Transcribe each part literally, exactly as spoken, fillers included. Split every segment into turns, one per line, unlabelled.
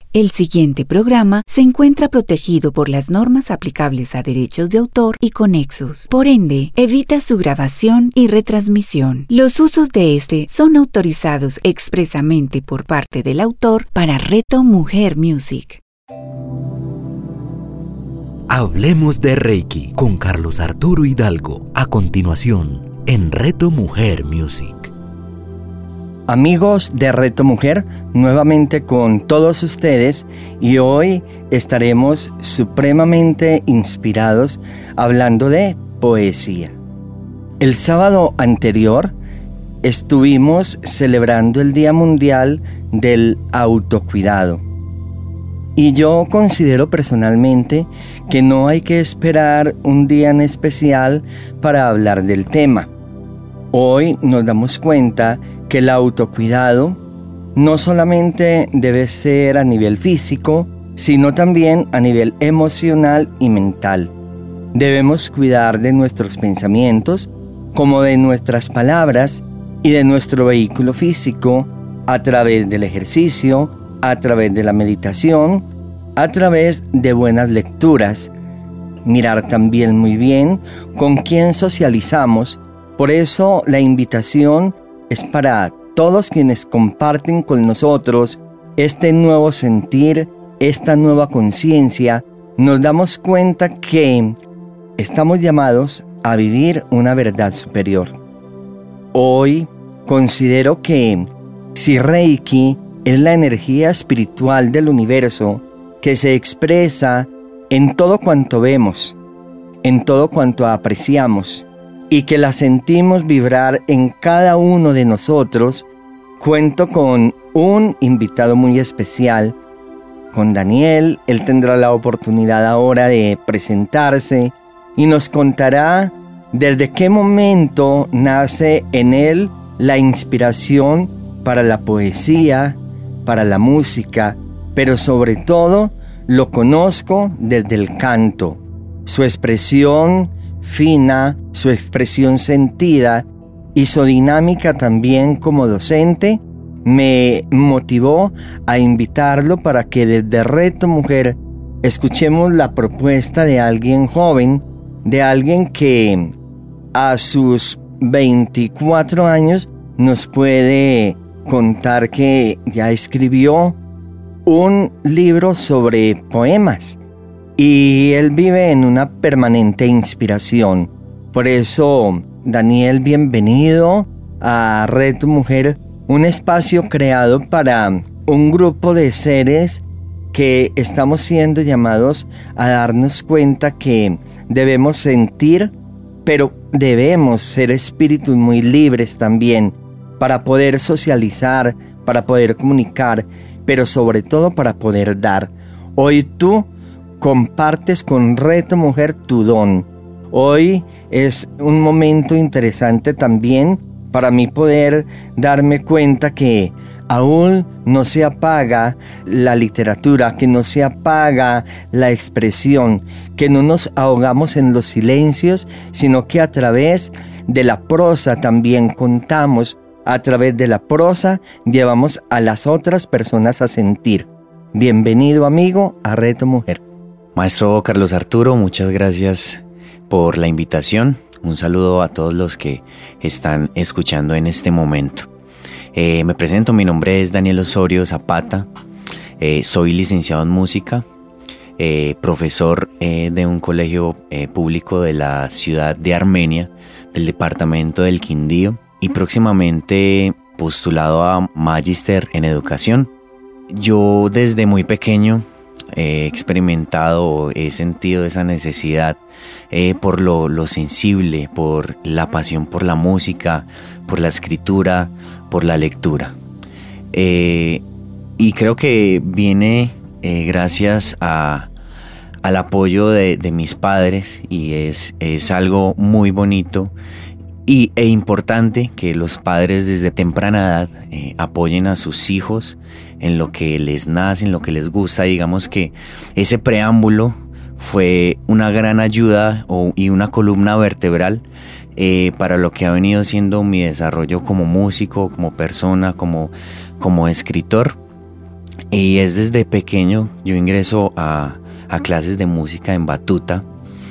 El siguiente programa se encuentra protegido por las normas aplicables a derechos de autor y conexos. Por ende, evita su grabación y retransmisión. Los usos de este son autorizados expresamente por parte del autor para Reto Mujer Music.
Hablemos de Reiki con Carlos Arturo Hidalgo. A continuación, en Reto Mujer Music.
Amigos de Reto Mujer, nuevamente con todos ustedes, y hoy estaremos supremamente inspirados hablando de poesía. El sábado anterior estuvimos celebrando el Día Mundial del Autocuidado. Y yo considero personalmente que no hay que esperar un día en especial para hablar del tema. Hoy nos damos cuenta que el autocuidado no solamente debe ser a nivel físico, sino también a nivel emocional y mental. Debemos cuidar de nuestros pensamientos, como de nuestras palabras y de nuestro vehículo físico a través del ejercicio, a través de la meditación, a través de buenas lecturas. Mirar también muy bien con quién socializamos. Por eso la invitación es para todos quienes comparten con nosotros este nuevo sentir, esta nueva conciencia. Nos damos cuenta que estamos llamados a vivir una verdad superior. Hoy considero que si Reiki es la energía espiritual del universo que se expresa en todo cuanto vemos, en todo cuanto apreciamos, y que la sentimos vibrar en cada uno de nosotros, cuento con un invitado muy especial, con Daniel. Él tendrá la oportunidad ahora de presentarse y nos contará desde qué momento nace en él la inspiración para la poesía, para la música, pero sobre todo lo conozco desde el canto, su expresión fina, su expresión sentida y su dinámica también como docente me motivó a invitarlo para que desde Reto Mujer escuchemos la propuesta de alguien joven, de alguien que a sus veinticuatro años nos puede contar que ya escribió un libro sobre poemas. Y él vive en una permanente inspiración. Por eso, Daniel, bienvenido a Reto Mujer, un espacio creado para un grupo de seres que estamos siendo llamados a darnos cuenta que debemos sentir, pero debemos ser espíritus muy libres también para poder socializar, para poder comunicar, pero sobre todo para poder dar. Hoy tú compartes con Reto Mujer tu don. Hoy es un momento interesante también para mí poder darme cuenta que aún no se apaga la literatura, que no se apaga la expresión, que no nos ahogamos en los silencios, sino que a través de la prosa también contamos, a través de la prosa llevamos a las otras personas a sentir. Bienvenido, amigo, a Reto Mujer.
Maestro Carlos Arturo, muchas gracias por la invitación. Un saludo a todos los que están escuchando en este momento. Eh, me presento, mi nombre es Daniel Osorio Zapata, eh, soy licenciado en música, eh, profesor eh, de un colegio eh, público de la ciudad de Armenia, del departamento del Quindío, y próximamente postulado a Magíster en Educación. Yo desde muy pequeño he experimentado, he sentido esa necesidad eh, por lo, lo sensible, por la pasión por la música, por la escritura, por la lectura. Eh, y creo que viene eh, gracias a, al apoyo de, de mis padres, y es, es algo muy bonito y, e importante que los padres desde temprana edad eh, apoyen a sus hijos en lo que les nace, en lo que les gusta. Digamos que ese preámbulo fue una gran ayuda o, y una columna vertebral eh, para lo que ha venido siendo mi desarrollo como músico, como persona, como, como escritor. Y es desde pequeño, yo ingreso a, a clases de música en batuta,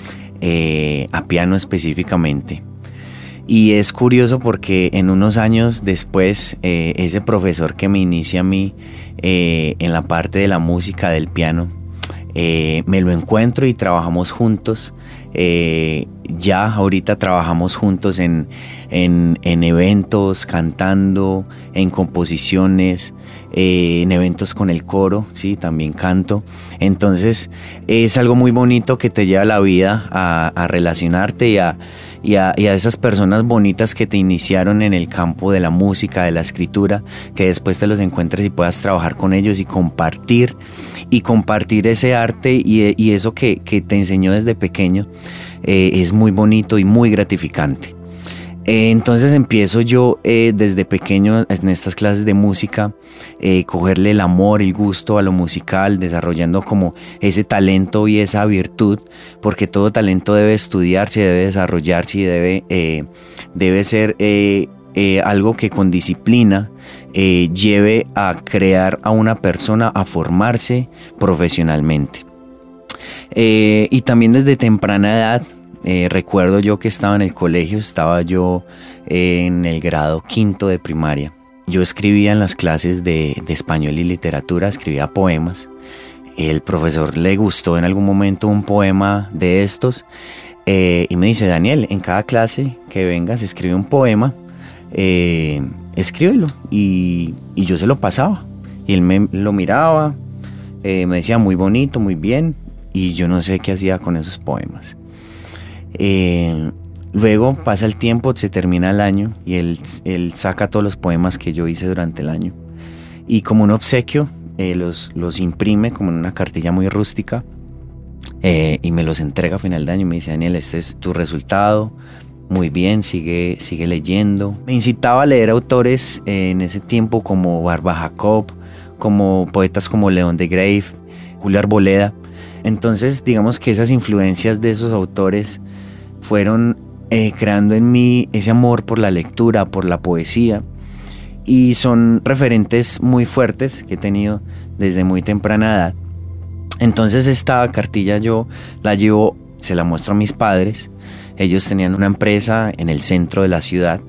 eh, a piano específicamente. Y es curioso porque en unos años después, eh, ese profesor que me inicia a mí eh, en la parte de la música del piano, eh, me lo encuentro y trabajamos juntos. Eh, ya ahorita trabajamos juntos en, en, en eventos, cantando, en composiciones, eh, en eventos con el coro, sí, también canto. Entonces es algo muy bonito que te lleva la vida a, a relacionarte y a, y, a, y a esas personas bonitas que te iniciaron en el campo de la música, de la escritura, que después te los encuentres y puedas trabajar con ellos y compartir y compartir ese arte y, y eso que, que te enseñó desde pequeño. Eh, es muy bonito y muy gratificante. Eh, entonces empiezo yo eh, desde pequeño en estas clases de música, eh, cogerle el amor, el gusto a lo musical, desarrollando como ese talento y esa virtud, porque todo talento debe estudiarse, debe desarrollarse y debe, eh, debe ser eh, eh, algo que con disciplina eh, lleve a crear a una persona a formarse profesionalmente. Eh, y también desde temprana edad, eh, recuerdo yo que estaba en el colegio, estaba yo eh, en el grado quinto de primaria. Yo escribía en las clases de, de español y literatura, escribía poemas. El profesor le gustó en algún momento un poema de estos eh, y me dice: Daniel, en cada clase que vengas escribe un poema, eh, escríbelo. Y, y yo se lo pasaba y él me lo miraba, eh, me decía muy bonito, muy bien. Y yo no sé qué hacía con esos poemas. Eh, luego pasa el tiempo, se termina el año y él, él saca todos los poemas que yo hice durante el año. Y como un obsequio, eh, los, los imprime como en una cartilla muy rústica eh, y me los entrega a final de año. Me dice: Daniel, este es tu resultado. Muy bien, sigue, sigue leyendo. Me incitaba a leer autores eh, en ese tiempo como Barba Jacob, como poetas como León de Grave, Julio Arboleda. Entonces, digamos que esas influencias de esos autores fueron eh, creando en mí ese amor por la lectura, por la poesía, y son referentes muy fuertes que he tenido desde muy temprana edad. Entonces esta cartilla yo la llevo, se la muestro a mis padres. Ellos tenían una empresa en el centro de la ciudad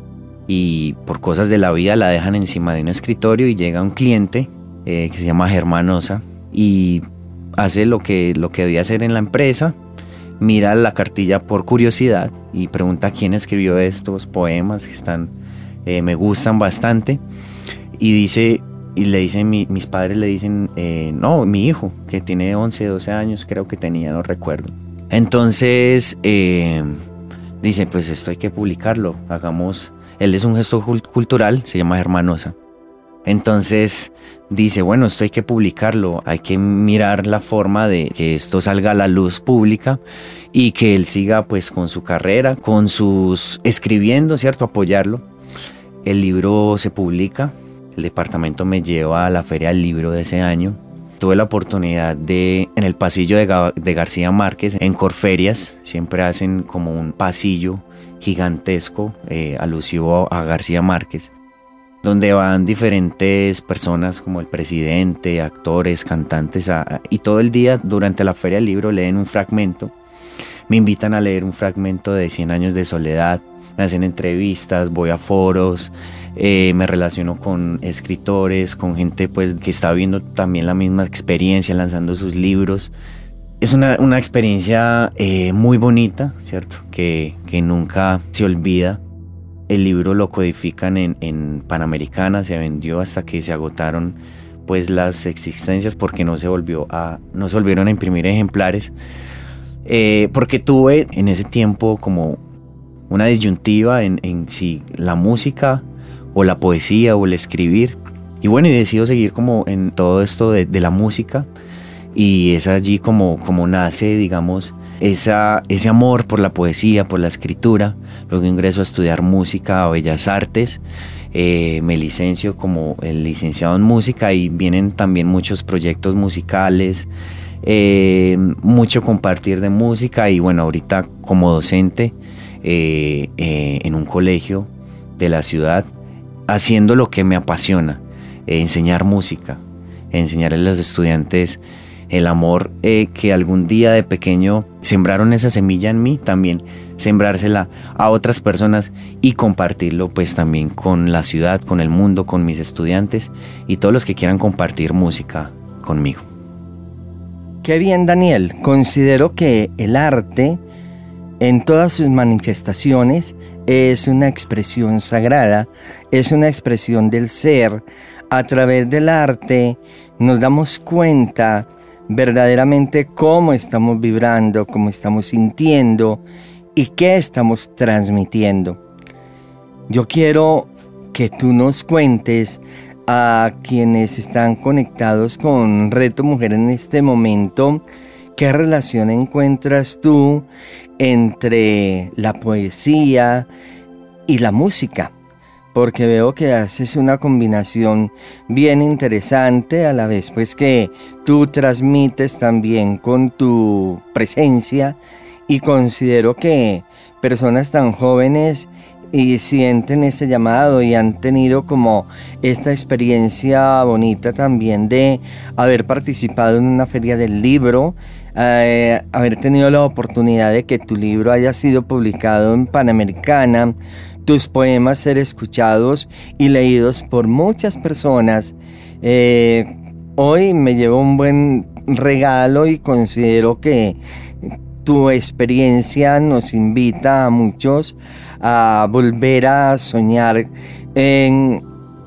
y por cosas de la vida la dejan encima de un escritorio y llega un cliente eh, que se llama Germán Osa y hace lo que, lo que debía hacer en la empresa, mira la cartilla por curiosidad y pregunta quién escribió estos poemas que están, eh, me gustan bastante, y dice, y le dicen, mi, mis padres le dicen, eh, no, mi hijo, que tiene once, doce años, creo que tenía, no recuerdo. Entonces, eh, dice, pues esto hay que publicarlo, hagamos, él es un gestor cultural, se llama Germán Osa. Entonces dice, bueno, esto hay que publicarlo, hay que mirar la forma de que esto salga a la luz pública y que él siga pues con su carrera, con sus escribiendo, ¿cierto? Apoyarlo. El libro se publica, el departamento me lleva a la Feria del Libro de ese año. Tuve la oportunidad de, en el pasillo de, Ga- de García Márquez, en Corferias, siempre hacen como un pasillo gigantesco eh, alusivo a García Márquez, donde van diferentes personas como el presidente, actores, cantantes, a, y todo el día durante la Feria del Libro leen un fragmento. Me invitan a leer un fragmento de Cien años de soledad, me hacen entrevistas, voy a foros, eh, me relaciono con escritores, con gente pues que está viviendo también la misma experiencia, lanzando sus libros. Es una, una experiencia eh, muy bonita, ¿cierto? Que, que nunca se olvida. El libro lo codifican en, en Panamericana, se vendió hasta que se agotaron pues las existencias porque no se volvió a, no se volvieron a imprimir ejemplares. Eh, porque tuve en ese tiempo como una disyuntiva en, en si la música o la poesía o el escribir. Y bueno, y decido seguir como en todo esto de, de la música. Y es allí como, como nace, digamos, esa, ese amor por la poesía, por la escritura. Luego ingreso a estudiar música, a Bellas Artes, eh, me licencio como el licenciado en música y vienen también muchos proyectos musicales, eh, mucho compartir de música y bueno, ahorita como docente eh, eh, en un colegio de la ciudad, haciendo lo que me apasiona, eh, enseñar música. enseñarle a los estudiantes el amor eh, que algún día de pequeño sembraron esa semilla en mí, también sembrársela a otras personas y compartirlo pues también con la ciudad, con el mundo, con mis estudiantes y todos los que quieran compartir música conmigo.
Qué bien, Daniel. Considero que el arte en todas sus manifestaciones es una expresión sagrada, es una expresión del ser. A través del arte nos damos cuenta verdaderamente cómo estamos vibrando, cómo estamos sintiendo y qué estamos transmitiendo. Yo quiero que tú nos cuentes a quienes están conectados con Reto Mujer en este momento, ¿qué relación encuentras tú entre la poesía y la música? Porque veo que haces una combinación bien interesante, a la vez pues que tú transmites también con tu presencia, y considero que personas tan jóvenes y sienten ese llamado y han tenido como esta experiencia bonita también de haber participado en una feria del libro, eh, haber tenido la oportunidad de que tu libro haya sido publicado en Panamericana, tus poemas ser escuchados y leídos por muchas personas. Eh, hoy me llevo un buen regalo y considero que tu experiencia nos invita a muchos a volver a soñar en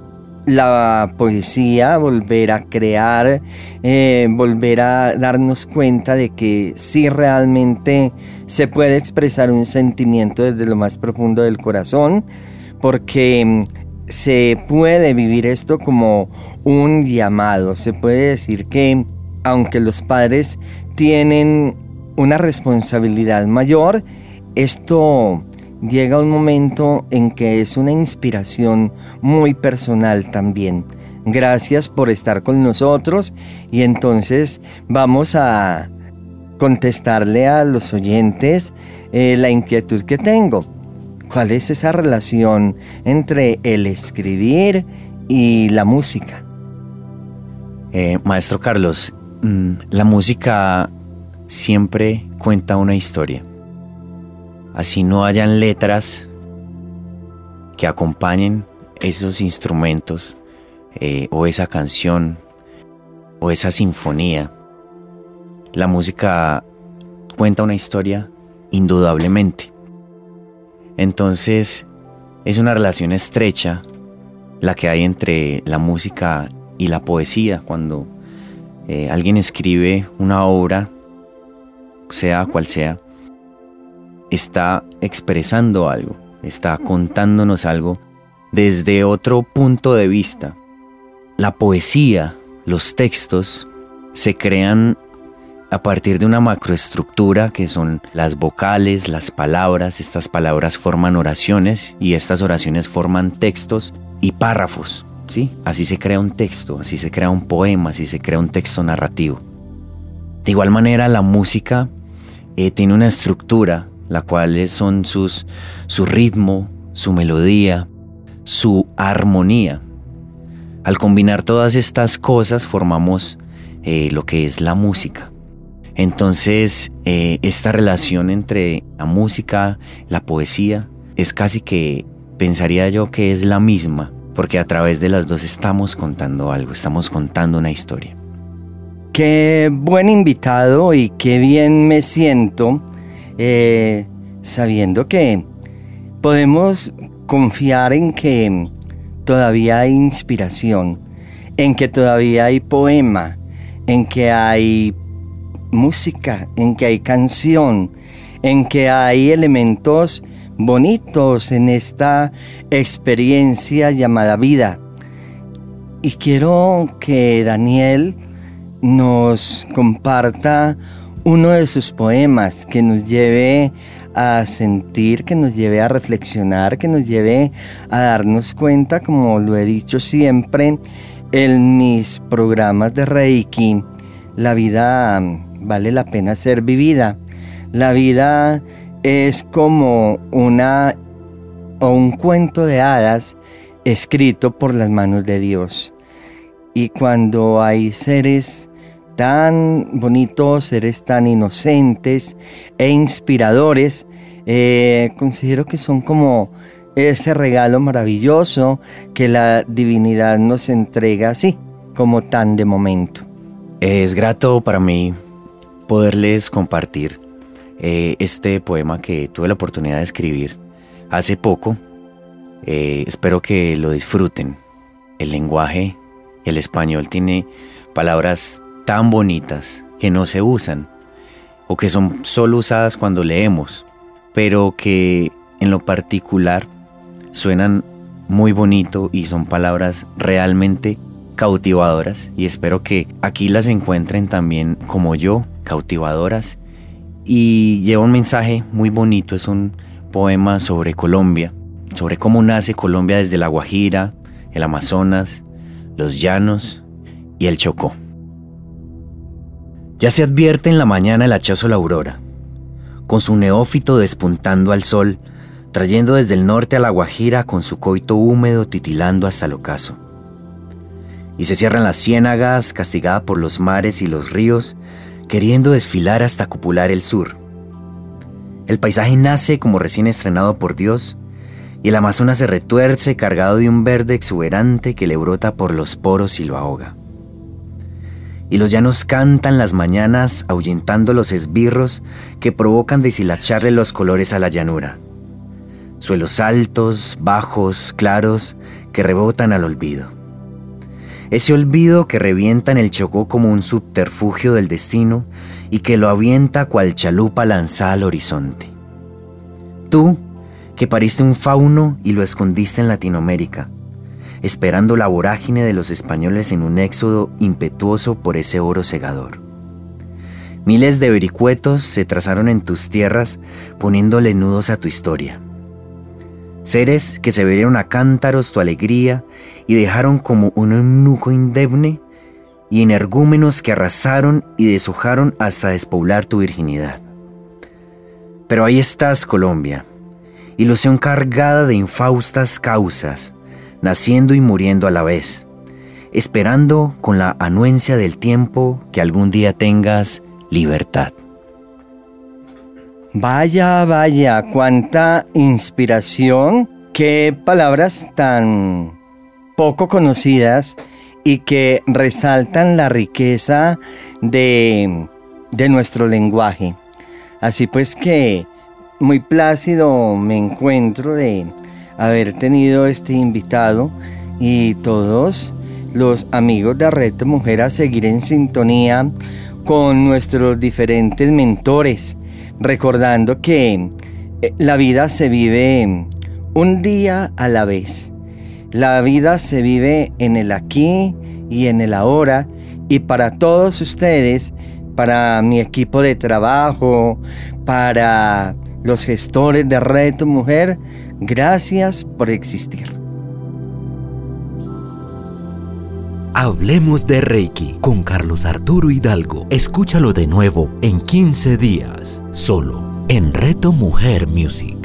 la poesía, volver a crear, eh, volver a darnos cuenta de que sí realmente se puede expresar un sentimiento desde lo más profundo del corazón, porque se puede vivir esto como un llamado. Se puede decir que aunque los padres tienen una responsabilidad mayor, esto llega un momento en que es una inspiración muy personal también. Gracias por estar con nosotros, y entonces vamos a contestarle a los oyentes eh, la inquietud que tengo. ¿Cuál es esa relación entre el escribir y la música?
Eh, maestro Carlos, mmm, la música siempre cuenta una historia. Así no hayan letras que acompañen esos instrumentos eh, o esa canción o esa sinfonía, la música cuenta una historia indudablemente. Entonces es una relación estrecha la que hay entre la música y la poesía. Cuando eh, alguien escribe una obra, sea cual sea, está expresando algo, está contándonos algo desde otro punto de vista. La poesía, los textos, se crean a partir de una macroestructura que son las vocales, las palabras. Estas palabras forman oraciones y estas oraciones forman textos y párrafos, ¿sí? Así se crea un texto, así se crea un poema, así se crea un texto narrativo. De igual manera, la música eh, tiene una estructura, la cual son sus, su ritmo, su melodía, su armonía. Al combinar todas estas cosas formamos eh, lo que es la música. Entonces, eh, esta relación entre la música, la poesía, es casi que, pensaría yo que es la misma, porque a través de las dos estamos contando algo, estamos contando una historia.
Qué buen invitado y qué bien me siento Eh, sabiendo que podemos confiar en que todavía hay inspiración, en que todavía hay poema, en que hay música, en que hay canción, en que hay elementos bonitos en esta experiencia llamada vida. Y quiero que Daniel nos comparta uno de sus poemas que nos lleve a sentir, que nos lleve a reflexionar, que nos lleve a darnos cuenta, como lo he dicho siempre en mis programas de Reiki, la vida vale la pena ser vivida. La vida es como una o un cuento de hadas escrito por las manos de Dios. y cuando hay seres tan bonitos, seres tan inocentes e inspiradores, eh, considero que son como ese regalo maravilloso que la divinidad nos entrega así, como tan de momento.
Es grato para mí poderles compartir eh, este poema que tuve la oportunidad de escribir hace poco. Eh, espero que lo disfruten. El lenguaje, el español, tiene palabras tan bonitas que no se usan o que son solo usadas cuando leemos, pero que en lo particular suenan muy bonito y son palabras realmente cautivadoras, y espero que aquí las encuentren también como yo, cautivadoras, y lleva un mensaje muy bonito. Es un poema sobre Colombia, sobre cómo nace Colombia desde la Guajira, el Amazonas, los llanos y el Chocó. Ya se advierte en la mañana el hachazo la aurora, con su neófito despuntando al sol, trayendo desde el norte a la Guajira con su coito húmedo titilando hasta el ocaso. Y se cierran las ciénagas, castigada por los mares y los ríos, queriendo desfilar hasta copular el sur. El paisaje nace como recién estrenado por Dios, y el Amazonas se retuerce cargado de un verde exuberante que le brota por los poros y lo ahoga. Y los llanos cantan las mañanas ahuyentando los esbirros que provocan deshilacharle los colores a la llanura. Suelos altos, bajos, claros, que rebotan al olvido. Ese olvido que revienta en el Chocó como un subterfugio del destino y que lo avienta cual chalupa lanzada al horizonte. Tú, que pariste un fauno y lo escondiste en Latinoamérica, esperando la vorágine de los españoles en un éxodo impetuoso por ese oro segador. Miles de vericuetos se trazaron en tus tierras poniéndole nudos a tu historia. Seres que se bebieron a cántaros tu alegría y dejaron como un eunuco indemne, y energúmenos que arrasaron y deshojaron hasta despoblar tu virginidad. Pero ahí estás, Colombia, ilusión cargada de infaustas causas, naciendo y muriendo a la vez, esperando con la anuencia del tiempo que algún día tengas libertad.
Vaya, vaya, cuánta inspiración, qué palabras tan poco conocidas y que resaltan la riqueza de, de nuestro lenguaje. Así pues que muy plácido me encuentro de haber tenido este invitado y todos los amigos de Reto Mujer a seguir en sintonía con nuestros diferentes mentores, recordando que la vida se vive un día a la vez. La vida se vive en el aquí y en el ahora, y para todos ustedes, para mi equipo de trabajo, para los gestores de Reto Mujer, gracias por existir.
Hablemos de Reiki con Carlos Arturo Hidalgo. Escúchalo de nuevo en quince días, solo en Reto Mujer Music.